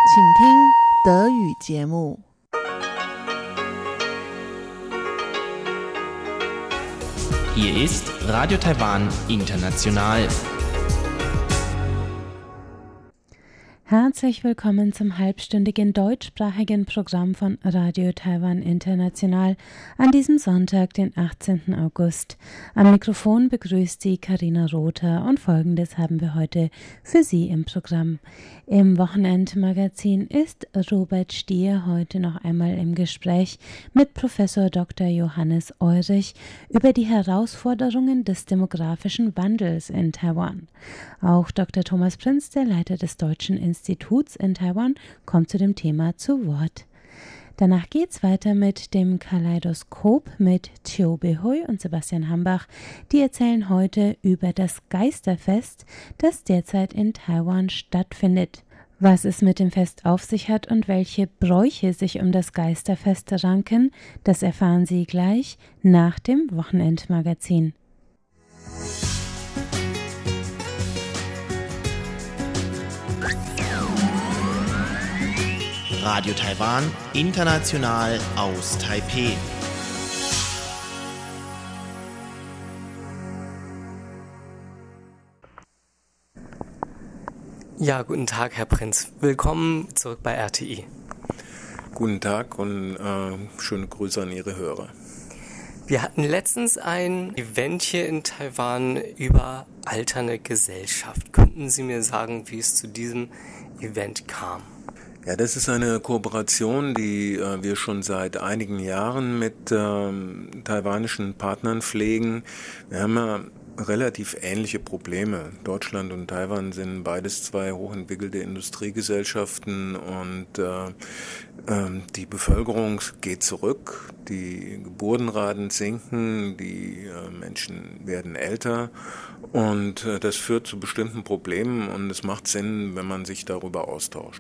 请听德语节目。 Hier ist Radio Taiwan International. Herzlich willkommen zum halbstündigen deutschsprachigen Programm von Radio Taiwan International an diesem Sonntag, den 18. August. Am Mikrofon begrüßt Sie Carina Rother und Folgendes haben wir heute für Sie im Programm. Im Wochenendmagazin ist Robert Stier heute noch einmal im Gespräch mit Professor Dr. Johannes Eurich über die Herausforderungen des demografischen Wandels in Taiwan. Auch Dr. Thomas Prinz, der Leiter des Deutschen Instituts in Taiwan, kommt zu dem Thema zu Wort. Danach geht's weiter mit dem Kaleidoskop mit Chiu Behui und Sebastian Hambach. Die erzählen heute über das Geisterfest, das derzeit in Taiwan stattfindet. Was es mit dem Fest auf sich hat und welche Bräuche sich um das Geisterfest ranken, das erfahren Sie gleich nach dem Wochenendmagazin. Radio Taiwan International aus Taipeh. Ja, guten Tag, Herr Prinz. Willkommen zurück bei RTI. Guten Tag und schöne Grüße an Ihre Hörer. Wir hatten letztens ein Event hier in Taiwan über alternde Gesellschaft. Könnten Sie mir sagen, wie es zu diesem Event kam? Ja, das ist eine Kooperation, die wir schon seit einigen Jahren mit taiwanischen Partnern pflegen. Wir haben ja relativ ähnliche Probleme. Deutschland und Taiwan sind beides zwei hochentwickelte Industriegesellschaften und die Bevölkerung geht zurück, die Geburtenraten sinken, die Menschen werden älter und das führt zu bestimmten Problemen und es macht Sinn, wenn man sich darüber austauscht.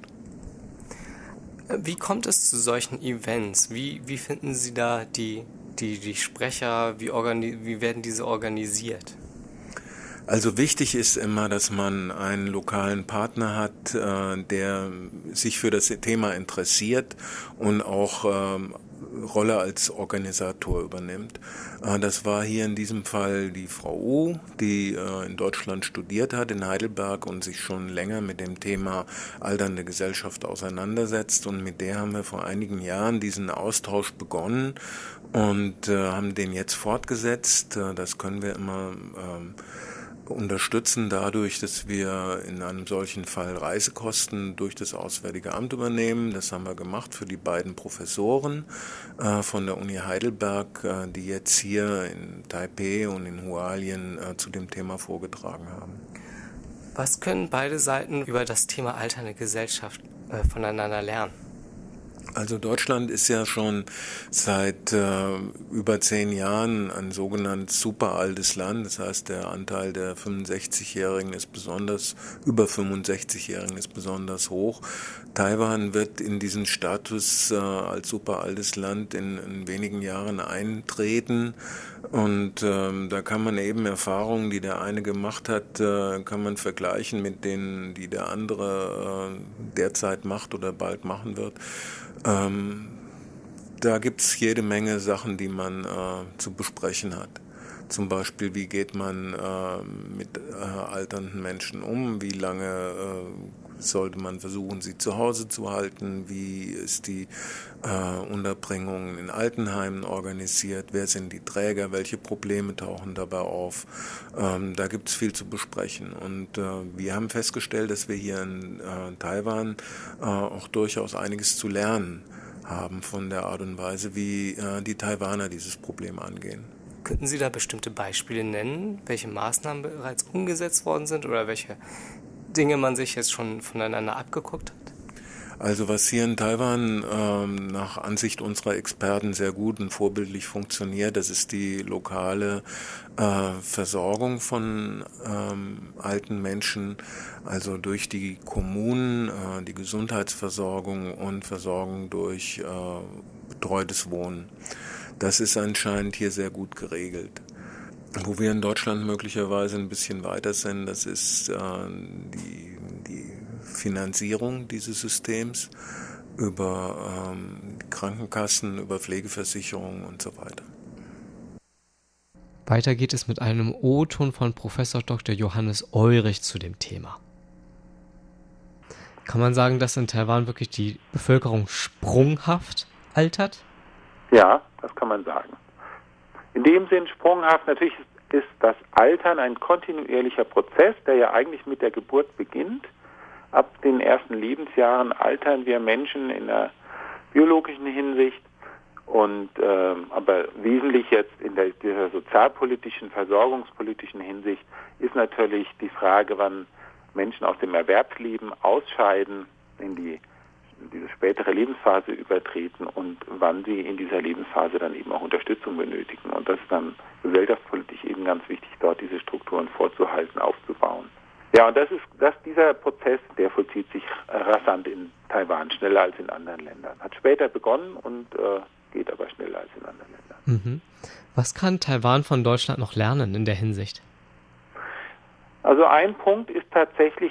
Wie kommt es zu solchen Events? Wie finden Sie da die Sprecher? Wie werden diese organisiert? Also wichtig ist immer, dass man einen lokalen Partner hat, der sich für das Thema interessiert und auch Rolle als Organisator übernimmt. Das war hier in diesem Fall die Frau U, die in Deutschland studiert hat, in Heidelberg und sich schon länger mit dem Thema alternde Gesellschaft auseinandersetzt. Und mit der haben wir vor einigen Jahren diesen Austausch begonnen und haben den jetzt fortgesetzt. Das können wir immer unterstützen dadurch, dass wir in einem solchen Fall Reisekosten durch das Auswärtige Amt übernehmen. Das haben wir gemacht für die beiden Professoren von der Uni Heidelberg, die jetzt hier in Taipeh und in Hualien zu dem Thema vorgetragen haben. Was können beide Seiten über das Thema alternde Gesellschaft voneinander lernen? Also Deutschland ist ja schon seit über 10 Jahren ein sogenanntes superaltes Land. Das heißt, der Anteil der 65-Jährigen ist über 65-Jährigen ist besonders hoch. Taiwan wird in diesen Status als superaltes Land in wenigen Jahren eintreten. Und da kann man eben Erfahrungen, die der eine gemacht hat, kann man vergleichen mit denen, die der andere derzeit macht oder bald machen wird. Da gibt es jede Menge Sachen, die man zu besprechen hat. Zum Beispiel, wie geht man mit alternden Menschen um, wie lange sollte man versuchen, sie zu Hause zu halten, wie ist die Unterbringung in Altenheimen organisiert, wer sind die Träger, welche Probleme tauchen dabei auf. Da gibt es viel zu besprechen und wir haben festgestellt, dass wir hier in Taiwan auch durchaus einiges zu lernen haben von der Art und Weise, wie die Taiwaner dieses Problem angehen. Könnten Sie da bestimmte Beispiele nennen, welche Maßnahmen bereits umgesetzt worden sind oder welche Dinge man sich jetzt schon voneinander abgeguckt hat? Also was hier in Taiwan nach Ansicht unserer Experten sehr gut und vorbildlich funktioniert, das ist die lokale Versorgung von alten Menschen, also durch die Kommunen, die Gesundheitsversorgung und Versorgung durch betreutes Wohnen. Das ist anscheinend hier sehr gut geregelt. Wo wir in Deutschland möglicherweise ein bisschen weiter sind, das ist die Finanzierung dieses Systems, über Krankenkassen, über Pflegeversicherungen und so weiter. Weiter geht es mit einem O-Ton von Professor Dr. Johannes Eurich zu dem Thema. Kann man sagen, dass in Taiwan wirklich die Bevölkerung sprunghaft altert? Ja, das kann man sagen. In dem Sinn sprunghaft, natürlich ist das Altern ein kontinuierlicher Prozess, der ja eigentlich mit der Geburt beginnt. Ab den ersten Lebensjahren altern wir Menschen in der biologischen Hinsicht und aber wesentlich jetzt in dieser sozialpolitischen, versorgungspolitischen Hinsicht ist natürlich die Frage, wann Menschen aus dem Erwerbsleben ausscheiden, in diese spätere Lebensphase übertreten und wann sie in dieser Lebensphase dann eben auch Unterstützung benötigen. Und das ist dann gesellschaftspolitisch eben ganz wichtig, dort diese Strukturen vorzuhalten, aufzubauen. Ja, und dieser Prozess, der vollzieht sich rasant in Taiwan, schneller als in anderen Ländern. Hat später begonnen und geht aber schneller als in anderen Ländern. Was kann Taiwan von Deutschland noch lernen in der Hinsicht? Also ein Punkt ist tatsächlich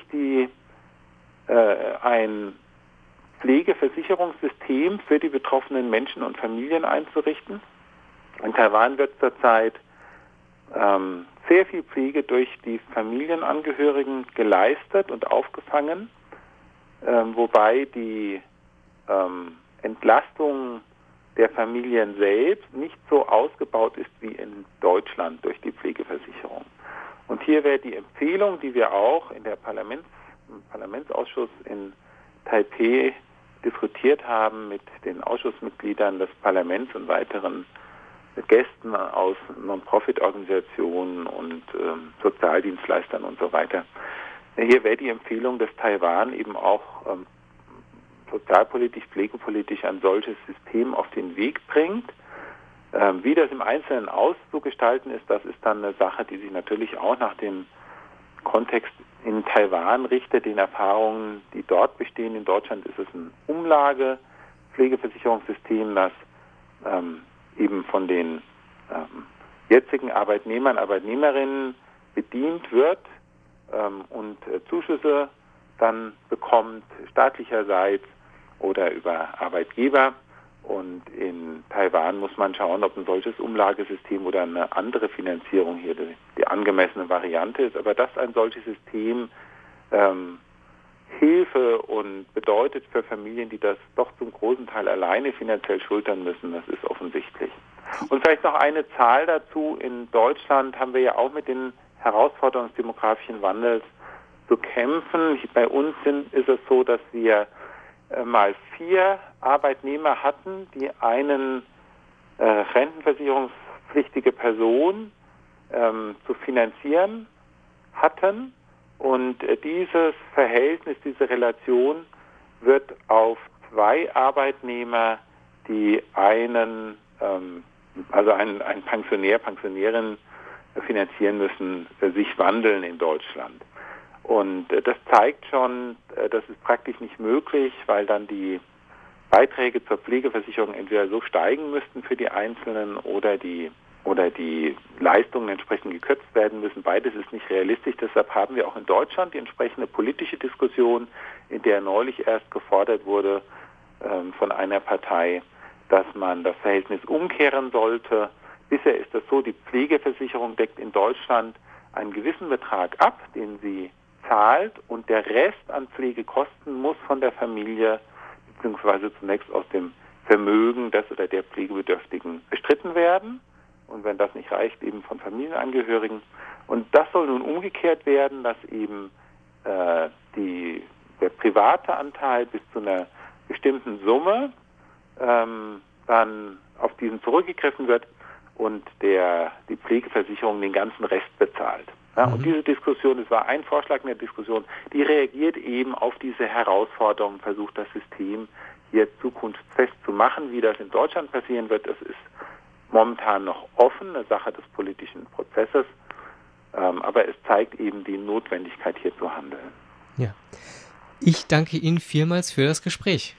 ein Pflegeversicherungssystem für die betroffenen Menschen und Familien einzurichten. In Taiwan wird zurzeit sehr viel Pflege durch die Familienangehörigen geleistet und aufgefangen, wobei die Entlastung der Familien selbst nicht so ausgebaut ist wie in Deutschland durch die Pflegeversicherung. Und hier wäre die Empfehlung, die wir auch in der im Parlamentsausschuss in Taipeh diskutiert haben mit den Ausschussmitgliedern des Parlaments und weiteren Gästen aus Non-Profit-Organisationen und Sozialdienstleistern und so weiter. Hier wäre die Empfehlung, dass Taiwan eben auch sozialpolitisch, pflegepolitisch ein solches System auf den Weg bringt. Wie das im Einzelnen auszugestalten ist, das ist dann eine Sache, die sich natürlich auch nach dem Kontext in Taiwan richtet, den Erfahrungen, die dort bestehen. In Deutschland ist es ein Umlage-Pflegeversicherungssystem, das eben von den jetzigen Arbeitnehmern, Arbeitnehmerinnen bedient wird und Zuschüsse dann bekommt, staatlicherseits oder über Arbeitgeber. Und in Taiwan muss man schauen, ob ein solches Umlagesystem oder eine andere Finanzierung hier die angemessene Variante ist. Aber dass ein solches System Hilfe und bedeutet für Familien, die das doch zum großen Teil alleine finanziell schultern müssen, das ist offensichtlich. Und vielleicht noch eine Zahl dazu. In Deutschland haben wir ja auch mit den Herausforderungen des demografischen Wandels zu kämpfen. Bei uns ist es so, dass wir mal 4 Arbeitnehmer hatten, die einen rentenversicherungspflichtige Person zu finanzieren hatten. Und dieses Verhältnis, diese Relation wird auf 2 Arbeitnehmer, die einen Pensionär, Pensionärin finanzieren müssen, sich wandeln in Deutschland. Und das zeigt schon, das ist praktisch nicht möglich, weil dann die Beiträge zur Pflegeversicherung entweder so steigen müssten für die Einzelnen oder die Leistungen entsprechend gekürzt werden müssen. Beides ist nicht realistisch. Deshalb haben wir auch in Deutschland die entsprechende politische Diskussion, in der neulich erst gefordert wurde von einer Partei, dass man das Verhältnis umkehren sollte. Bisher ist es so, die Pflegeversicherung deckt in Deutschland einen gewissen Betrag ab, den sie zahlt, und der Rest an Pflegekosten muss von der Familie beziehungsweise zunächst aus dem Vermögen des oder der Pflegebedürftigen bestritten werden. Und wenn das nicht reicht, eben von Familienangehörigen. Und das soll nun umgekehrt werden, dass eben der private Anteil bis zu einer bestimmten Summe dann auf diesen zurückgegriffen wird und die Pflegeversicherung den ganzen Rest bezahlt. Ja, und diese Diskussion, es war ein Vorschlag in der Diskussion, die reagiert eben auf diese Herausforderung, versucht das System hier zukunftsfest zu machen. Wie das in Deutschland passieren wird, das ist momentan noch offen, eine Sache des politischen Prozesses, aber es zeigt eben die Notwendigkeit, hier zu handeln. Ja, ich danke Ihnen vielmals für das Gespräch.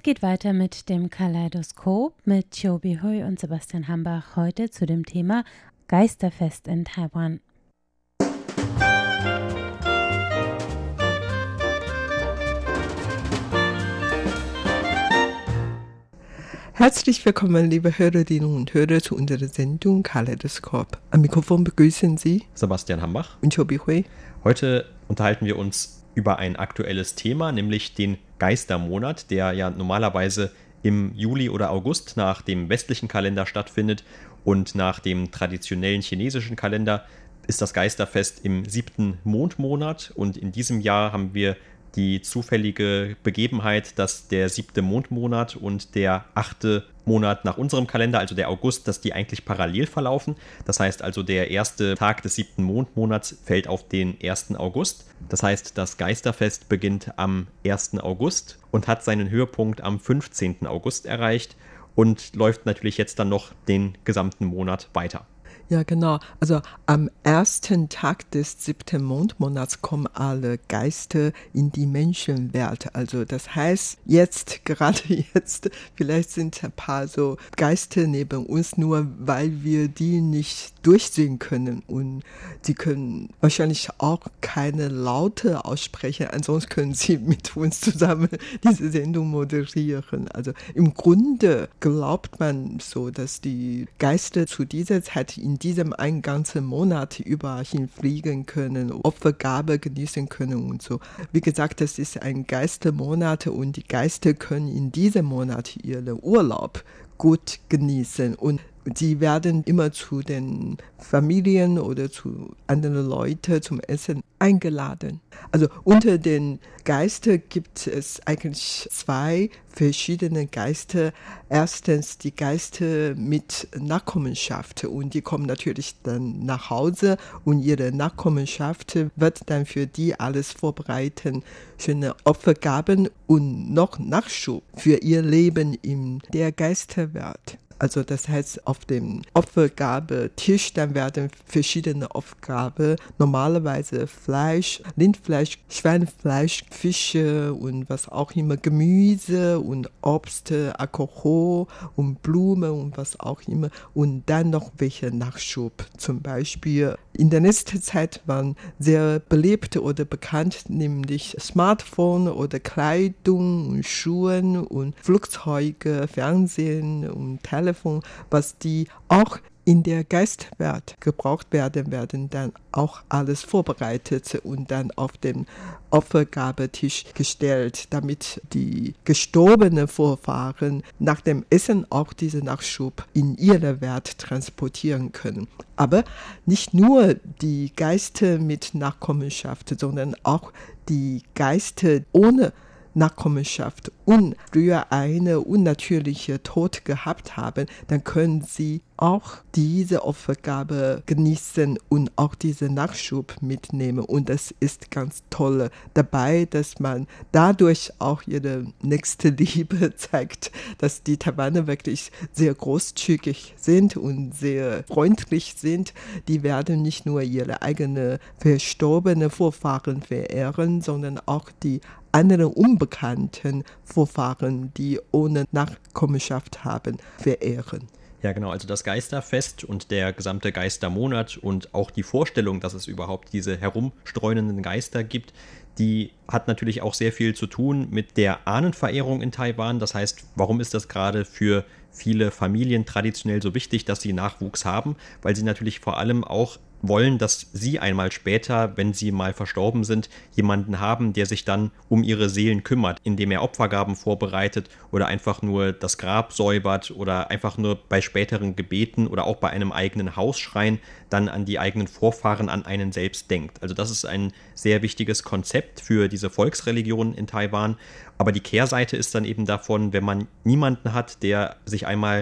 geht weiter mit dem Kaleidoskop mit Chobi Hui und Sebastian Hambach heute zu dem Thema Geisterfest in Taiwan. Herzlich willkommen, liebe Hörerinnen und Hörer, zu unserer Sendung Kaleidoskop. Am Mikrofon begrüßen Sie Sebastian Hambach und Chobi Hui. Heute unterhalten wir uns über ein aktuelles Thema, nämlich den Geistermonat, der ja normalerweise im Juli oder August nach dem westlichen Kalender stattfindet, und nach dem traditionellen chinesischen Kalender ist das Geisterfest im 7. Mondmonat, und in diesem Jahr haben wir die zufällige Begebenheit, dass der 7. Mondmonat und der 8. Monat nach unserem Kalender, also der August, dass die eigentlich parallel verlaufen. Das heißt also, der erste Tag des 7. Mondmonats fällt auf den 1. August. Das heißt, das Geisterfest beginnt am 1. August und hat seinen Höhepunkt am 15. August erreicht und läuft natürlich jetzt dann noch den gesamten Monat weiter. Ja, genau. Also am ersten Tag des 7. Mondmonats kommen alle Geister in die Menschenwelt. Also das heißt, gerade jetzt, vielleicht sind ein paar so Geister neben uns, nur weil wir die nicht durchsehen können. Und sie können wahrscheinlich auch keine Laute aussprechen. Ansonsten können sie mit uns zusammen diese Sendung moderieren. Also im Grunde glaubt man so, dass die Geister zu dieser Zeit in diesem einen ganzen Monat überall hinfliegen können, Opfergabe genießen können und so. Wie gesagt, das ist ein Geistermonat und die Geister können in diesem Monat ihren Urlaub gut genießen und sie werden immer zu den Familien oder zu anderen Leuten zum Essen eingeladen. Also unter den Geistern gibt es eigentlich zwei verschiedene Geister. Erstens die Geister mit Nachkommenschaft, und die kommen natürlich dann nach Hause und ihre Nachkommenschaft wird dann für die alles vorbereiten, schöne Opfergaben und noch Nachschub für ihr Leben in der Geisterwelt. Also das heißt, auf dem Opfergabetisch dann werden verschiedene Opfergaben, normalerweise Fleisch, Rindfleisch, Schweinefleisch, Fische und was auch immer, Gemüse und Obst, Alkohol und Blumen und was auch immer, und dann noch welche Nachschub. Zum Beispiel in der letzten Zeit waren sehr beliebt oder bekannt, nämlich Smartphone oder Kleidung und Schuhe und Flugzeuge, Fernsehen und Telefon, was die auch in der Geistwelt gebraucht werden dann auch alles vorbereitet und dann auf den Opfergabetisch gestellt, damit die gestorbenen Vorfahren nach dem Essen auch diesen Nachschub in ihre Welt transportieren können. Aber nicht nur die Geister mit Nachkommenschaft, sondern auch die Geister ohne Nachkommenschaft und früher eine unnatürliche Tod gehabt haben, dann können sie auch diese Opfergabe genießen und auch diesen Nachschub mitnehmen. Und das ist ganz toll dabei, dass man dadurch auch ihre nächste Liebe zeigt, dass die Taiwaner wirklich sehr großzügig sind und sehr freundlich sind. Die werden nicht nur ihre eigenen verstorbenen Vorfahren verehren, sondern auch die anderen unbekannten Vorfahren, die ohne Nachkommenschaft haben, verehren. Ja, genau, also das Geisterfest und der gesamte Geistermonat und auch die Vorstellung, dass es überhaupt diese herumstreunenden Geister gibt, die hat natürlich auch sehr viel zu tun mit der Ahnenverehrung in Taiwan. Das heißt, warum ist das gerade für viele Familien traditionell so wichtig, dass sie Nachwuchs haben? Weil sie natürlich vor allem auch wollen, dass sie einmal später, wenn sie mal verstorben sind, jemanden haben, der sich dann um ihre Seelen kümmert, indem er Opfergaben vorbereitet oder einfach nur das Grab säubert oder einfach nur bei späteren Gebeten oder auch bei einem eigenen Hausschrein dann an die eigenen Vorfahren, an einen selbst denkt. Also das ist ein sehr wichtiges Konzept für diese Volksreligion in Taiwan. Aber die Kehrseite ist dann eben davon, wenn man niemanden hat, der sich einmal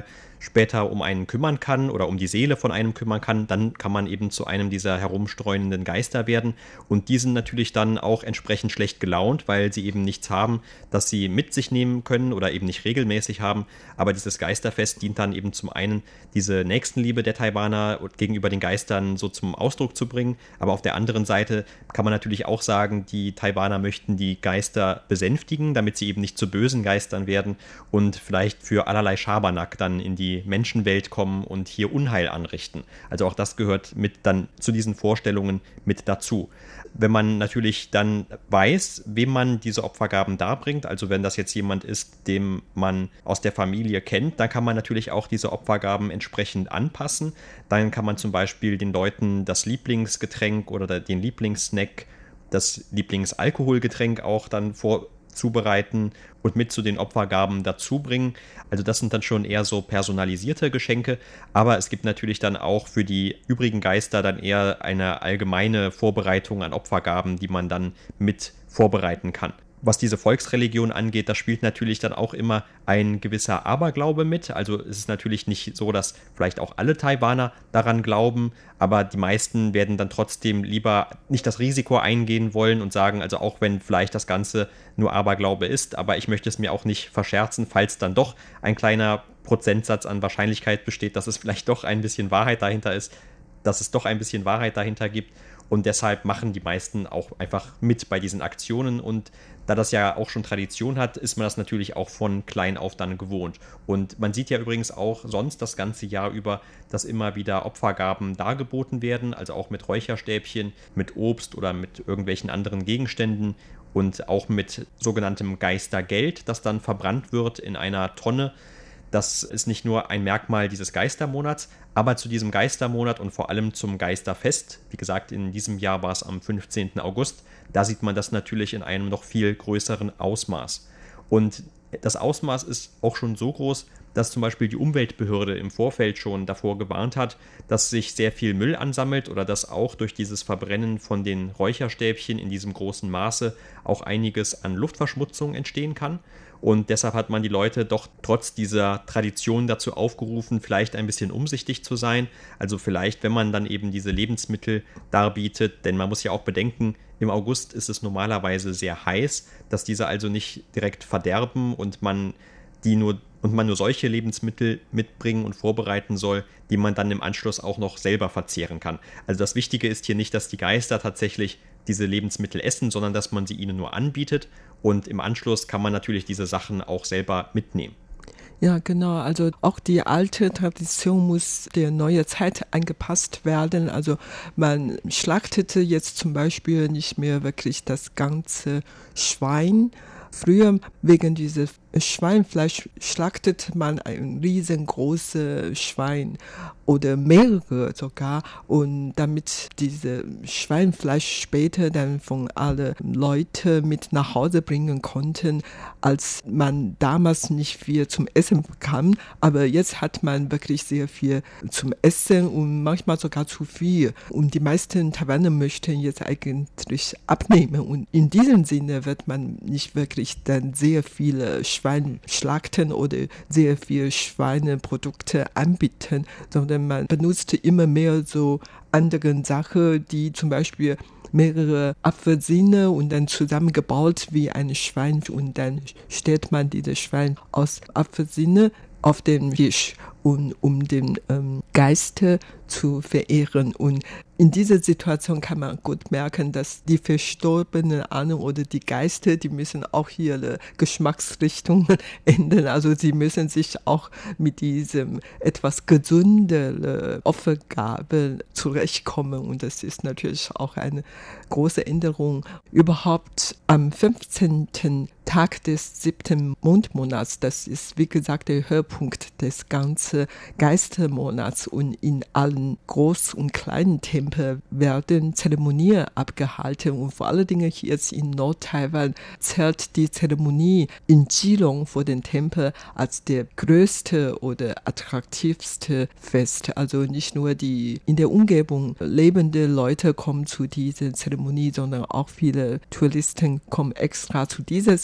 später um einen kümmern kann oder um die Seele von einem kümmern kann, dann kann man eben zu einem dieser herumstreunenden Geister werden. Und die sind natürlich dann auch entsprechend schlecht gelaunt, weil sie eben nichts haben, das sie mit sich nehmen können oder eben nicht regelmäßig haben. Aber dieses Geisterfest dient dann eben zum einen, diese Nächstenliebe der Taiwaner gegenüber den Geistern so zum Ausdruck zu bringen. Aber auf der anderen Seite kann man natürlich auch sagen, die Taiwaner möchten die Geister besänftigen, damit sie eben nicht zu bösen Geistern werden und vielleicht für allerlei Schabernack dann in die Menschenwelt kommen und hier Unheil anrichten. Also auch das gehört mit dann zu diesen Vorstellungen mit dazu. Wenn man natürlich dann weiß, wem man diese Opfergaben darbringt, also wenn das jetzt jemand ist, den man aus der Familie kennt, dann kann man natürlich auch diese Opfergaben entsprechend anpassen. Dann kann man zum Beispiel den Leuten das Lieblingsgetränk oder den Lieblingssnack, das Lieblingsalkoholgetränk auch dann vorzubereiten und mit zu den Opfergaben dazu bringen. Also das sind dann schon eher so personalisierte Geschenke, aber es gibt natürlich dann auch für die übrigen Geister dann eher eine allgemeine Vorbereitung an Opfergaben, die man dann mit vorbereiten kann. Was diese Volksreligion angeht, da spielt natürlich dann auch immer ein gewisser Aberglaube mit. Also es ist natürlich nicht so, dass vielleicht auch alle Taiwaner daran glauben, aber die meisten werden dann trotzdem lieber nicht das Risiko eingehen wollen und sagen, also auch wenn vielleicht das Ganze nur Aberglaube ist, aber ich möchte es mir auch nicht verscherzen, falls dann doch ein kleiner Prozentsatz an Wahrscheinlichkeit besteht, dass es vielleicht doch ein bisschen Wahrheit dahinter ist, dass es doch ein bisschen Wahrheit dahinter gibt. Und deshalb machen die meisten auch einfach mit bei diesen Aktionen. Und da das ja auch schon Tradition hat, ist man das natürlich auch von klein auf dann gewohnt. Und man sieht ja übrigens auch sonst das ganze Jahr über, dass immer wieder Opfergaben dargeboten werden, also auch mit Räucherstäbchen, mit Obst oder mit irgendwelchen anderen Gegenständen und auch mit sogenanntem Geistergeld, das dann verbrannt wird in einer Tonne. Das ist nicht nur ein Merkmal dieses Geistermonats, aber zu diesem Geistermonat und vor allem zum Geisterfest, wie gesagt, in diesem Jahr war es am 15. August, da sieht man das natürlich in einem noch viel größeren Ausmaß. Und das Ausmaß ist auch schon so groß, dass zum Beispiel die Umweltbehörde im Vorfeld schon davor gewarnt hat, dass sich sehr viel Müll ansammelt oder dass auch durch dieses Verbrennen von den Räucherstäbchen in diesem großen Maße auch einiges an Luftverschmutzung entstehen kann. Und deshalb hat man die Leute doch trotz dieser Tradition dazu aufgerufen, vielleicht ein bisschen umsichtig zu sein. Also vielleicht, wenn man dann eben diese Lebensmittel darbietet, denn man muss ja auch bedenken, im August ist es normalerweise sehr heiß, dass diese also nicht direkt verderben und man nur solche Lebensmittel mitbringen und vorbereiten soll, die man dann im Anschluss auch noch selber verzehren kann. Also das Wichtige ist hier nicht, dass die Geister tatsächlich diese Lebensmittel essen, sondern dass man sie ihnen nur anbietet und im Anschluss kann man natürlich diese Sachen auch selber mitnehmen. Ja, genau. Also auch die alte Tradition muss der neuen Zeit angepasst werden. Also man schlachtete jetzt zum Beispiel nicht mehr wirklich das ganze Schwein. Früher wegen dieses Schweinfleisch schlachtet man ein riesengroßes Schwein oder mehrere sogar und damit diese Schweinfleisch später dann von allen Leuten mit nach Hause bringen konnten, als man damals nicht viel zum Essen bekam, aber jetzt hat man wirklich sehr viel zum Essen und manchmal sogar zu viel und die meisten Taiwaner möchten jetzt eigentlich abnehmen und in diesem Sinne wird man nicht wirklich dann sehr viele Schwein schlachten oder sehr viel Schweineprodukte anbieten, sondern man benutzt immer mehr so andere Sachen, die zum Beispiel mehrere Apfelsine und dann zusammengebaut wie ein Schwein und dann stellt man dieses Schwein aus Apfelsine auf den Tisch, um den Geister zu verehren. Und in dieser Situation kann man gut merken, dass die verstorbenen Ahnen oder die Geister, die müssen auch ihre Geschmacksrichtung ändern. Also sie müssen sich auch mit diesem etwas gesünderen Opfergabe zurechtkommen. Und das ist natürlich auch eine große Änderung. Überhaupt am 15. Tag des 7. Mondmonats, das ist wie gesagt der Höhepunkt des ganzen Geistermonats und in allen Groß- und kleinen Tempeln werden Zeremonien abgehalten und vor allen Dingen hier jetzt in Nord-Taiwan zählt die Zeremonie in Keelung vor den Tempel als der größte oder attraktivste Fest. Also nicht nur die in der Umgebung lebende Leute kommen zu dieser Zeremonie, sondern auch viele Touristen kommen extra zu dieser Zeremonie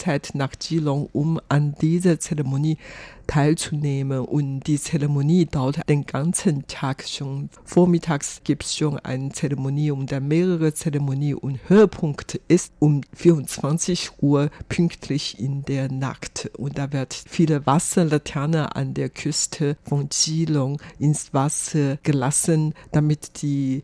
Möglichkeit nach Keelung, um an dieser Zeremonie teilzunehmen. Und die Zeremonie dauert den ganzen Tag schon. Vormittags gibt es schon eine Zeremonie und dann mehrere Zeremonien. Und Höhepunkt ist um 24 Uhr pünktlich in der Nacht. Und da wird viele Wasserlaternen an der Küste von Keelung ins Wasser gelassen, damit die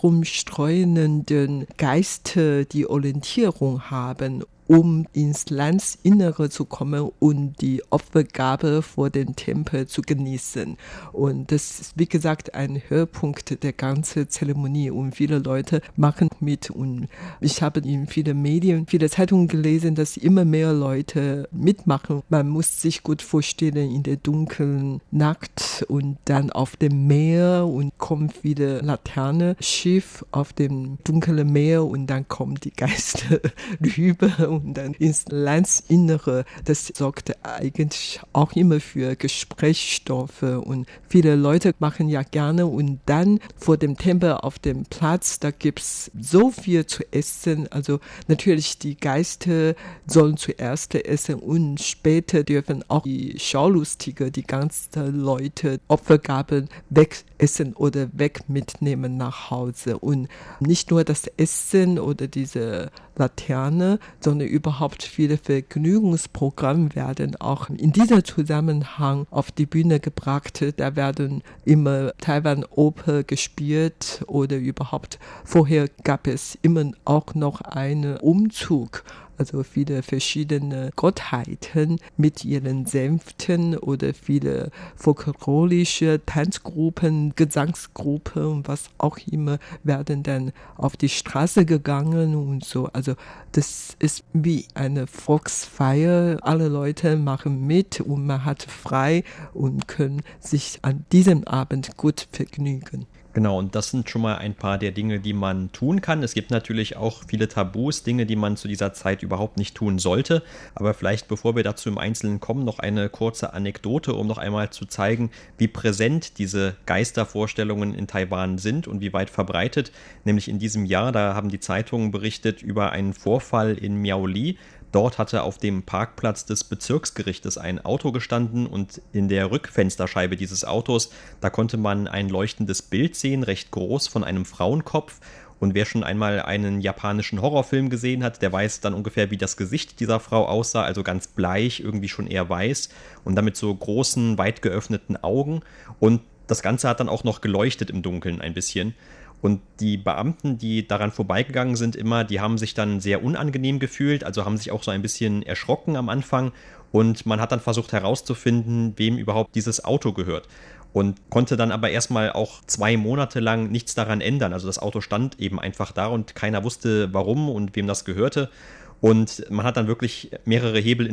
herumstreunenden Geister die Orientierung haben, um ins Landesinnere zu kommen und die Opfergabe vor dem Tempel zu genießen. Und das ist, wie gesagt, ein Höhepunkt der ganzen Zeremonie und viele Leute machen mit. Und ich habe in vielen Medien, viele Zeitungen gelesen, dass immer mehr Leute mitmachen. Man muss sich gut vorstellen, in der dunklen Nacht und dann auf dem Meer und kommt wieder Laterne, Schiff auf dem dunklen Meer und dann kommen die Geister rüber und dann ins Landesinnere. Das sorgt eigentlich auch immer für Gesprächsstoffe und viele Leute machen ja gerne und dann vor dem Tempel auf dem Platz, da gibt's so viel zu essen. Also natürlich die Geister sollen zuerst essen und später dürfen auch die Schaulustige, die ganzen Leute Opfergaben wegessen oder weg mitnehmen nach Hause. Und nicht nur das Essen oder diese Laterne, sondern überhaupt viele Vergnügungsprogramme werden auch in diesem Zusammenhang auf die Bühne gebracht. Da werden immer Taiwan-Oper gespielt oder überhaupt vorher gab es immer auch noch einen Umzug. Also viele verschiedene Gottheiten mit ihren Sänften oder viele folklorische Tanzgruppen, Gesangsgruppen und was auch immer werden dann auf die Straße gegangen und so. Also das ist wie eine Volksfeier. Alle Leute machen mit und man hat frei und können sich an diesem Abend gut vergnügen. Genau, und das sind schon mal ein paar der Dinge, die man tun kann. Es gibt natürlich auch viele Tabus, Dinge, die man zu dieser Zeit überhaupt nicht tun sollte. Aber vielleicht, bevor wir dazu im Einzelnen kommen, noch eine kurze Anekdote, um noch einmal zu zeigen, wie präsent diese Geistervorstellungen in Taiwan sind und wie weit verbreitet. Nämlich in diesem Jahr, da haben die Zeitungen berichtet über einen Vorfall in Miaoli. Dort hatte auf dem Parkplatz des Bezirksgerichtes ein Auto gestanden und in der Rückfensterscheibe dieses Autos, da konnte man ein leuchtendes Bild sehen, recht groß, von einem Frauenkopf. Und wer schon einmal einen japanischen Horrorfilm gesehen hat, der weiß dann ungefähr, wie das Gesicht dieser Frau aussah, also ganz bleich, irgendwie schon eher weiß und dann mit so großen, weit geöffneten Augen. Und das Ganze hat dann auch noch geleuchtet im Dunkeln ein bisschen. Und die Beamten, die daran vorbeigegangen sind immer, die haben sich dann sehr unangenehm gefühlt, also haben sich auch so ein bisschen erschrocken am Anfang. Und man hat dann versucht herauszufinden, wem überhaupt dieses Auto gehört. Und konnte dann aber erstmal auch 2 Monate lang nichts daran ändern. Also das Auto stand eben einfach da und keiner wusste, warum und wem das gehörte. Und man hat dann wirklich mehrere Hebel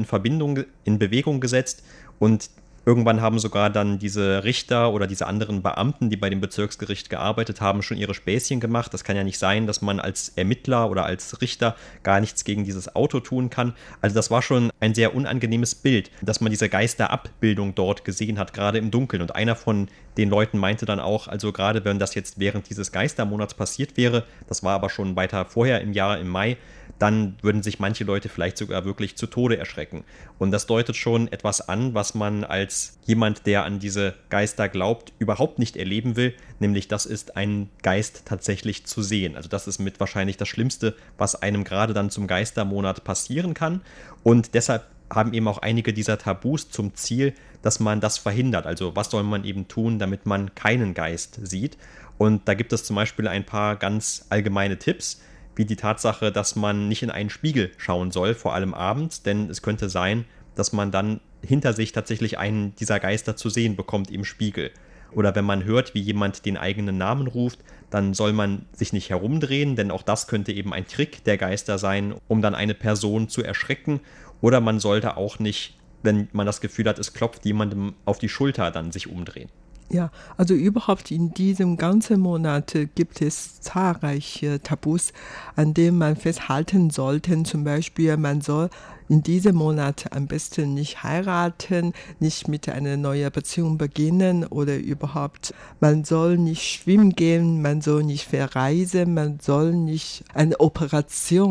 in Bewegung gesetzt und irgendwann haben sogar dann diese Richter oder diese anderen Beamten, die bei dem Bezirksgericht gearbeitet haben, schon ihre Späßchen gemacht. Das kann ja nicht sein, dass man als Ermittler oder als Richter gar nichts gegen dieses Auto tun kann. Also das war schon ein sehr unangenehmes Bild, dass man diese Geisterabbildung dort gesehen hat, gerade im Dunkeln. Und einer von den Leuten meinte dann auch, also gerade wenn das jetzt während dieses Geistermonats passiert wäre, das war aber schon weiter vorher im Jahr, im Mai, dann würden sich manche Leute vielleicht sogar wirklich zu Tode erschrecken. Und das deutet schon etwas an, was man als jemand, der an diese Geister glaubt, überhaupt nicht erleben will, nämlich das ist ein Geist tatsächlich zu sehen. Also das ist mit wahrscheinlich das Schlimmste, was einem gerade dann zum Geistermonat passieren kann. Und deshalb haben eben auch einige dieser Tabus zum Ziel, dass man das verhindert. Also was soll man eben tun, damit man keinen Geist sieht? Und da gibt es zum Beispiel ein paar ganz allgemeine Tipps, wie die Tatsache, dass man nicht in einen Spiegel schauen soll, vor allem abends, denn es könnte sein, dass man dann hinter sich tatsächlich einen dieser Geister zu sehen bekommt im Spiegel. Oder wenn man hört, wie jemand den eigenen Namen ruft, dann soll man sich nicht herumdrehen, denn auch das könnte eben ein Trick der Geister sein, um dann eine Person zu erschrecken. Oder man sollte auch nicht, wenn man das Gefühl hat, es klopft jemandem auf die Schulter, dann sich umdrehen. Ja, also überhaupt in diesem ganzen Monat gibt es zahlreiche Tabus, an denen man festhalten sollte. Zum Beispiel, man soll in diesem Monat am besten nicht heiraten, nicht mit einer neuen Beziehung beginnen oder überhaupt, man soll nicht schwimmen gehen, man soll nicht verreisen, man soll nicht eine Operation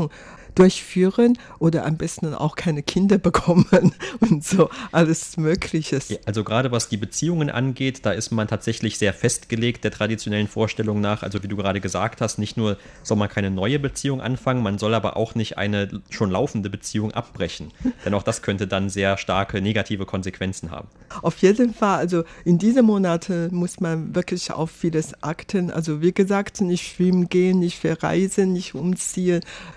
durchführen oder am besten auch keine Kinder bekommen und so alles Mögliche. Ja, also gerade was die Beziehungen angeht, da ist man tatsächlich sehr festgelegt der traditionellen Vorstellung nach. Also wie du gerade gesagt hast, nicht nur soll man keine neue Beziehung anfangen, man soll aber auch nicht eine schon laufende Beziehung abbrechen. Denn auch das könnte dann sehr starke negative Konsequenzen haben. Auf jeden Fall, also in diesen Monaten muss man wirklich auf vieles achten. Also wie gesagt, nicht schwimmen gehen, nicht verreisen, nicht umziehen.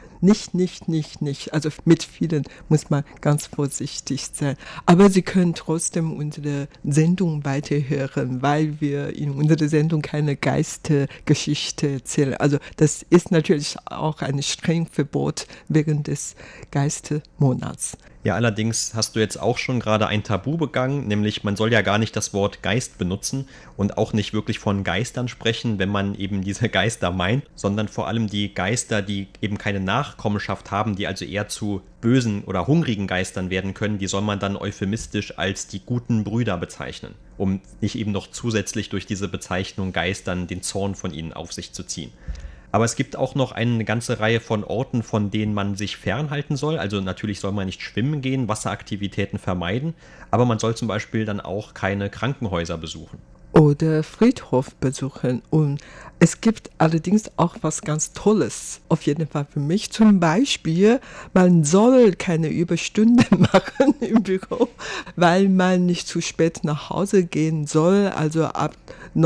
Nicht. Also mit vielen muss man ganz vorsichtig sein. Aber Sie können trotzdem unsere Sendung weiterhören, weil wir in unserer Sendung keine Geistergeschichte erzählen. Also das ist natürlich auch ein streng Verbot während des Geistermonats. Ja, allerdings hast du jetzt auch schon gerade ein Tabu begangen, nämlich man soll ja gar nicht das Wort Geist benutzen und auch nicht wirklich von Geistern sprechen, wenn man eben diese Geister meint, sondern vor allem die Geister, die eben keine Nachkommenschaft haben, die also eher zu bösen oder hungrigen Geistern werden können, die soll man dann euphemistisch als die guten Brüder bezeichnen, um nicht eben noch zusätzlich durch diese Bezeichnung Geistern den Zorn von ihnen auf sich zu ziehen. Aber es gibt auch noch eine ganze Reihe von Orten, von denen man sich fernhalten soll. Also natürlich soll man nicht schwimmen gehen, Wasseraktivitäten vermeiden, aber man soll zum Beispiel dann auch keine Krankenhäuser besuchen. Oder Friedhof besuchen. Und es gibt allerdings auch was ganz Tolles, auf jeden Fall für mich. Zum Beispiel, man soll keine Überstunden machen im Büro, weil man nicht zu spät nach Hause gehen soll. Also ab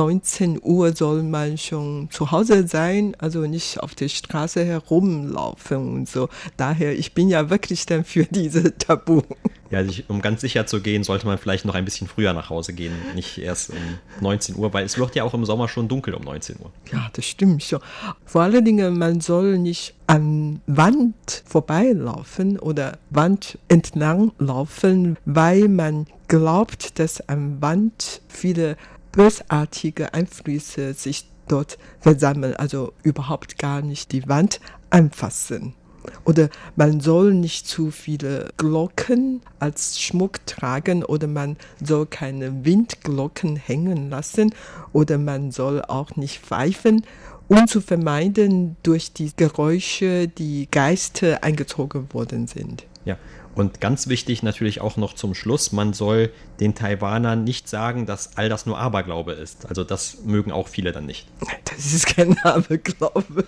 19 Uhr soll man schon zu Hause sein, also nicht auf der Straße herumlaufen und so. Daher, ich bin ja wirklich dann für diese Tabu. Ja, um ganz sicher zu gehen, sollte man vielleicht noch ein bisschen früher nach Hause gehen, nicht erst um 19 Uhr, weil es wird ja auch im Sommer schon dunkel um 19 Uhr. Ja, das stimmt schon. Vor allen Dingen, man soll nicht an Wand vorbeilaufen oder Wand entlang laufen, weil man glaubt, dass an Wand viele bösartige Einflüsse sich dort versammeln, also überhaupt gar nicht die Wand anfassen. Oder man soll nicht zu viele Glocken als Schmuck tragen oder man soll keine Windglocken hängen lassen oder man soll auch nicht pfeifen, um zu vermeiden, durch die Geräusche die Geister eingezogen worden sind. Ja, und ganz wichtig natürlich auch noch zum Schluss, man soll den Taiwanern nicht sagen, dass all das nur Aberglaube ist. Also das mögen auch viele dann nicht. Das ist kein Aberglaube.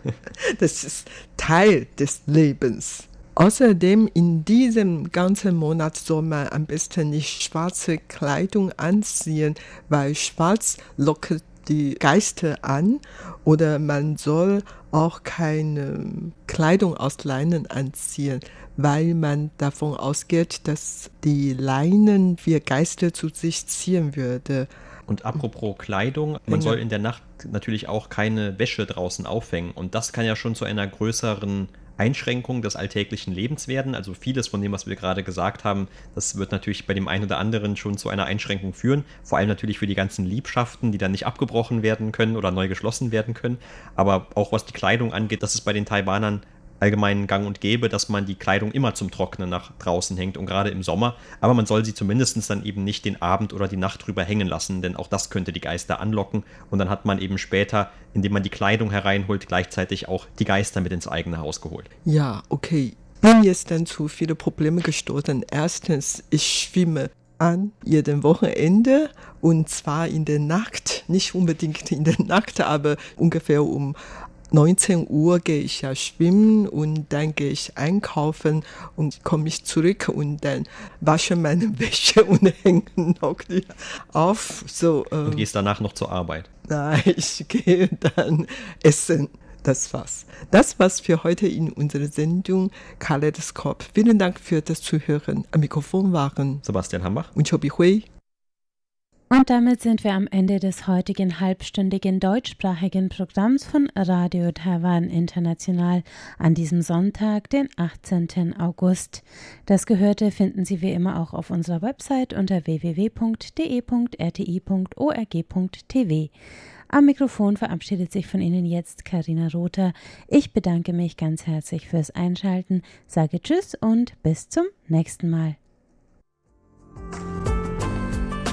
Das ist Teil des Lebens. Außerdem in diesem ganzen Monat soll man am besten nicht schwarze Kleidung anziehen, weil schwarz lockt die Geister an, oder man soll auch keine Kleidung aus Leinen anziehen, weil man davon ausgeht, dass die Leinen für Geister zu sich ziehen würde. Und apropos Kleidung, man soll in der Nacht natürlich auch keine Wäsche draußen aufhängen und das kann ja schon zu einer größeren Einschränkung des alltäglichen Lebens werden. Also vieles von dem, was wir gerade gesagt haben, das wird natürlich bei dem einen oder anderen schon zu einer Einschränkung führen. Vor allem natürlich für die ganzen Liebschaften, die dann nicht abgebrochen werden können oder neu geschlossen werden können. Aber auch was die Kleidung angeht, das ist bei den Taiwanern allgemein gang und gäbe, dass man die Kleidung immer zum Trocknen nach draußen hängt und gerade im Sommer. Aber man soll sie zumindest dann eben nicht den Abend oder die Nacht drüber hängen lassen, denn auch das könnte die Geister anlocken. Und dann hat man eben später, indem man die Kleidung hereinholt, gleichzeitig auch die Geister mit ins eigene Haus geholt. Ja, okay. Bin jetzt dann zu viele Probleme gestoßen. Erstens, ich schwimme an jedem Wochenende und zwar in der Nacht, nicht unbedingt in der Nacht, aber ungefähr um 19 Uhr gehe ich ja schwimmen und dann gehe ich einkaufen und komme ich zurück und dann wasche meine Wäsche und hänge noch die auf. So, und gehst danach noch zur Arbeit? Nein, ich gehe dann essen. Das war's. Das war's für heute in unserer Sendung Kaleidoskop. Vielen Dank für das Zuhören. Am Mikrofon waren Sebastian Hambach und Chobi Hui. Und damit sind wir am Ende des heutigen halbstündigen deutschsprachigen Programms von Radio Taiwan International an diesem Sonntag, den 18. August. Das Gehörte finden Sie wie immer auch auf unserer Website unter www.de.rti.org.tv. Am Mikrofon verabschiedet sich von Ihnen jetzt Carina Rother. Ich bedanke mich ganz herzlich fürs Einschalten, sage Tschüss und bis zum nächsten Mal.